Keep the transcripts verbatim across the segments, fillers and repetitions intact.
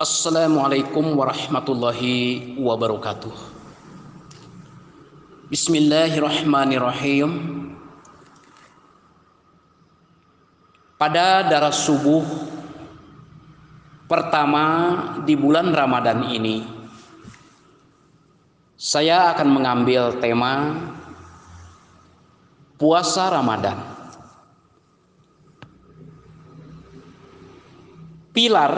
Assalamualaikum warahmatullahi wabarakatuh. Bismillahirrahmanirrahim. Pada daras subuh pertama di bulan Ramadan ini, saya akan mengambil tema puasa Ramadan. Pilar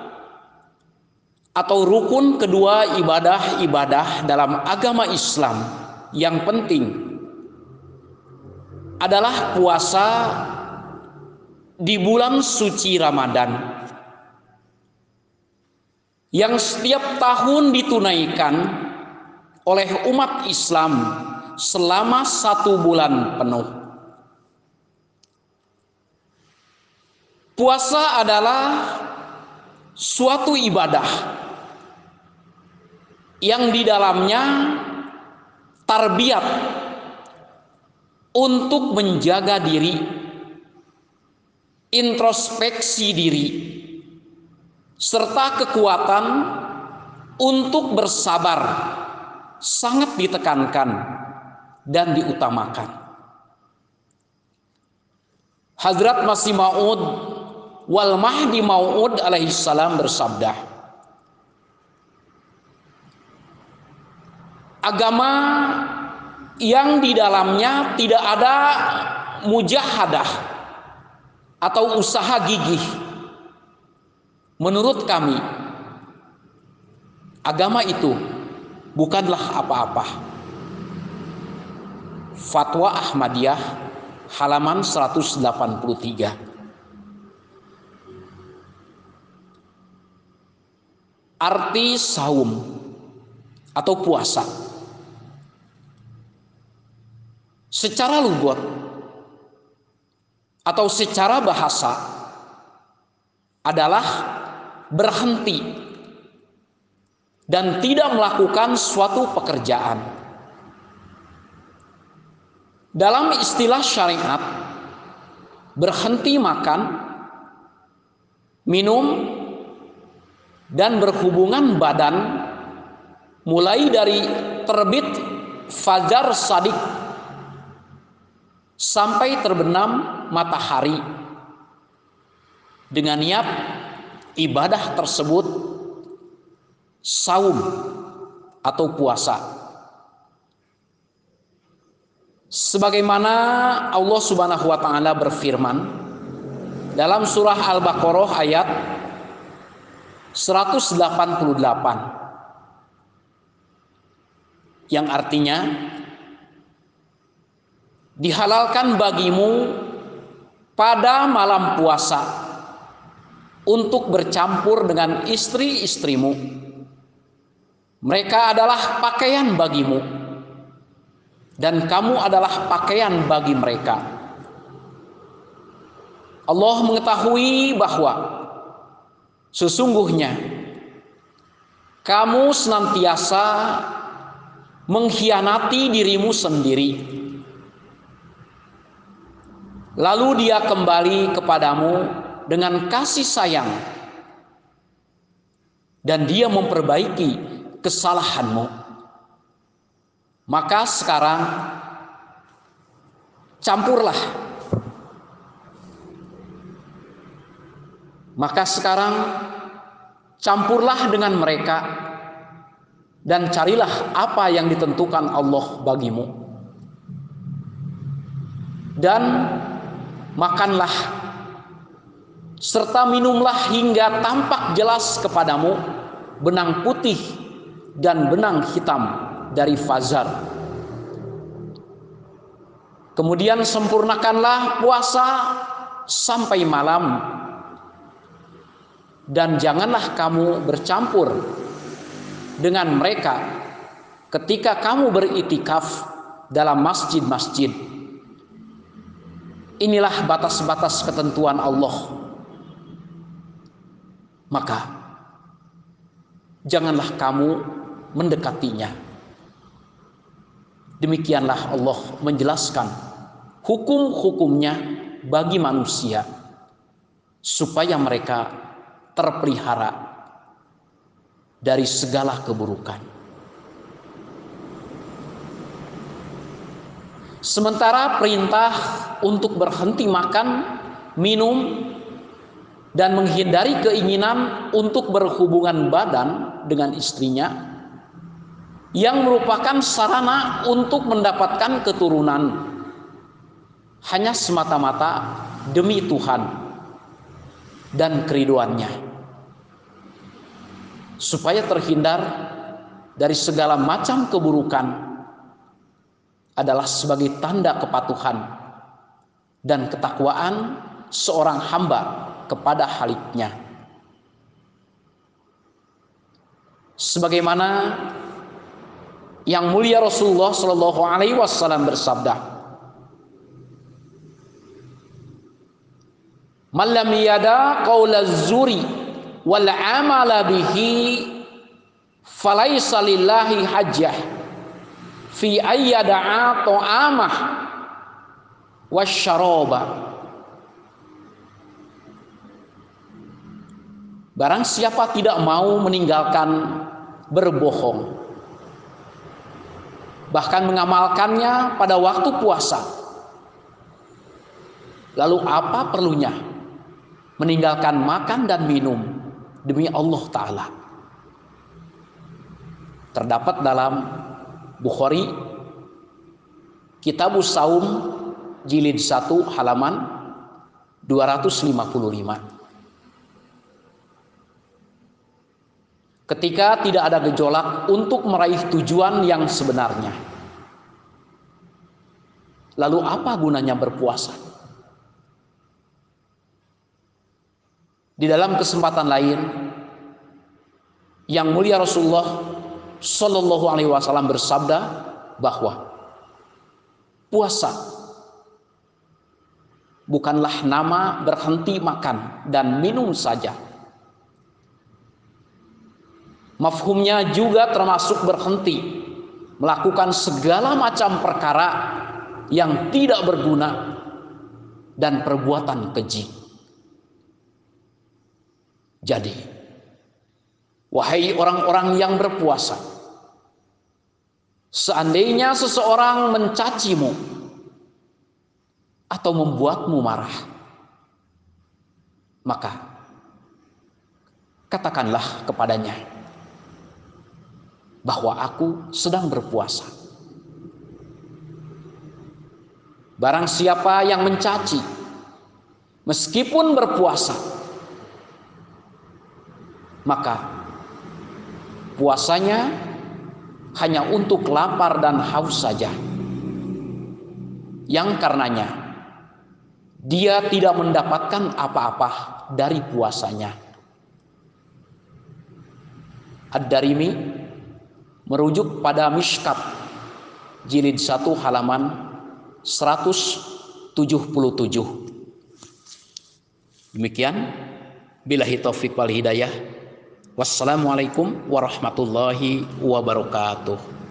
atau rukun kedua ibadah-ibadah dalam agama Islam yang penting adalah puasa di bulan suci Ramadan yang setiap tahun ditunaikan oleh umat Islam selama satu bulan penuh. Puasa adalah suatu ibadah yang di dalamnya tarbiyat untuk menjaga diri, introspeksi diri, serta kekuatan untuk bersabar sangat ditekankan dan diutamakan. Hazrat Masih Maud wal Mahdi Maud alaihi salam bersabda, agama yang di dalamnya tidak ada mujahadah atau usaha gigih, menurut kami agama itu bukanlah apa-apa. Fatwa Ahmadiyah halaman seratus delapan puluh tiga. Arti saum atau puasa secara lugat atau secara bahasa adalah berhenti dan tidak melakukan suatu pekerjaan. Dalam istilah syariat, berhenti makan, minum, dan berhubungan badan mulai dari terbit fajar shadiq sampai terbenam matahari dengan niat ibadah tersebut saum atau puasa. Sebagaimana Allah Subhanahu wa taala berfirman dalam surah Al-Baqarah ayat seratus delapan puluh delapan, yang artinya dihalalkan bagimu pada malam puasa untuk bercampur dengan istri-istrimu. Mereka adalah pakaian bagimu dan kamu adalah pakaian bagi mereka. Allah mengetahui bahwa sesungguhnya kamu senantiasa mengkhianati dirimu sendiri. Lalu dia kembali kepadamu dengan kasih sayang dan dia memperbaiki kesalahanmu. Maka sekarang campurlah. Maka sekarang campurlah dengan mereka dan carilah apa yang ditentukan Allah bagimu. Dan makanlah serta minumlah hingga tampak jelas kepadamu benang putih dan benang hitam dari fajar. Kemudian sempurnakanlah puasa sampai malam dan janganlah kamu bercampur dengan mereka ketika kamu beritikaf dalam masjid-masjid. Inilah batas-batas ketentuan Allah. Maka janganlah kamu mendekatinya. Demikianlah Allah menjelaskan hukum-hukumnya bagi manusia supaya mereka terpelihara dari segala keburukan. Sementara perintah untuk berhenti makan, minum, dan menghindari keinginan untuk berhubungan badan dengan istrinya yang merupakan sarana untuk mendapatkan keturunan hanya semata-mata demi Tuhan dan keriduannya, supaya terhindar dari segala macam keburukan, adalah sebagai tanda kepatuhan dan ketakwaan seorang hamba kepada Khaliqnya. Sebagaimana yang mulia Rasulullah Shallallahu Alaihi Wasallam bersabda, "Man lam yada qaula zuri wal amala bihi falaysa lillahi hajjah fi ayyada'a ta'amah wasyaraba." Barang siapa tidak mau meninggalkan berbohong, bahkan mengamalkannya pada waktu puasa, lalu apa perlunya meninggalkan makan dan minum demi Allah Ta'ala? Terdapat dalam Bukhari, Kitabus Saum, jilid satu halaman dua ratus lima puluh lima. Ketika tidak ada gejolak untuk meraih tujuan yang sebenarnya, lalu apa gunanya berpuasa? Di dalam kesempatan lain, yang mulia Rasulullah Shallallahu Alaihi Wasallam bersabda bahwa puasa bukanlah nama berhenti makan dan minum saja. Mafhumnya juga termasuk berhenti melakukan segala macam perkara yang tidak berguna dan perbuatan keji. Jadi, wahai orang-orang yang berpuasa, seandainya seseorang mencacimu atau membuatmu marah, maka katakanlah kepadanya bahwa aku sedang berpuasa. Barang siapa yang mencaci meskipun berpuasa, maka puasanya hanya untuk lapar dan haus saja, yang karenanya dia tidak mendapatkan apa-apa dari puasanya. Ad-Darimi merujuk pada Mishkat jilid satu halaman seratus tujuh puluh tujuh. Demikian, billahi taufik wal hidayah. Wassalamualaikum warahmatullahi wabarakatuh.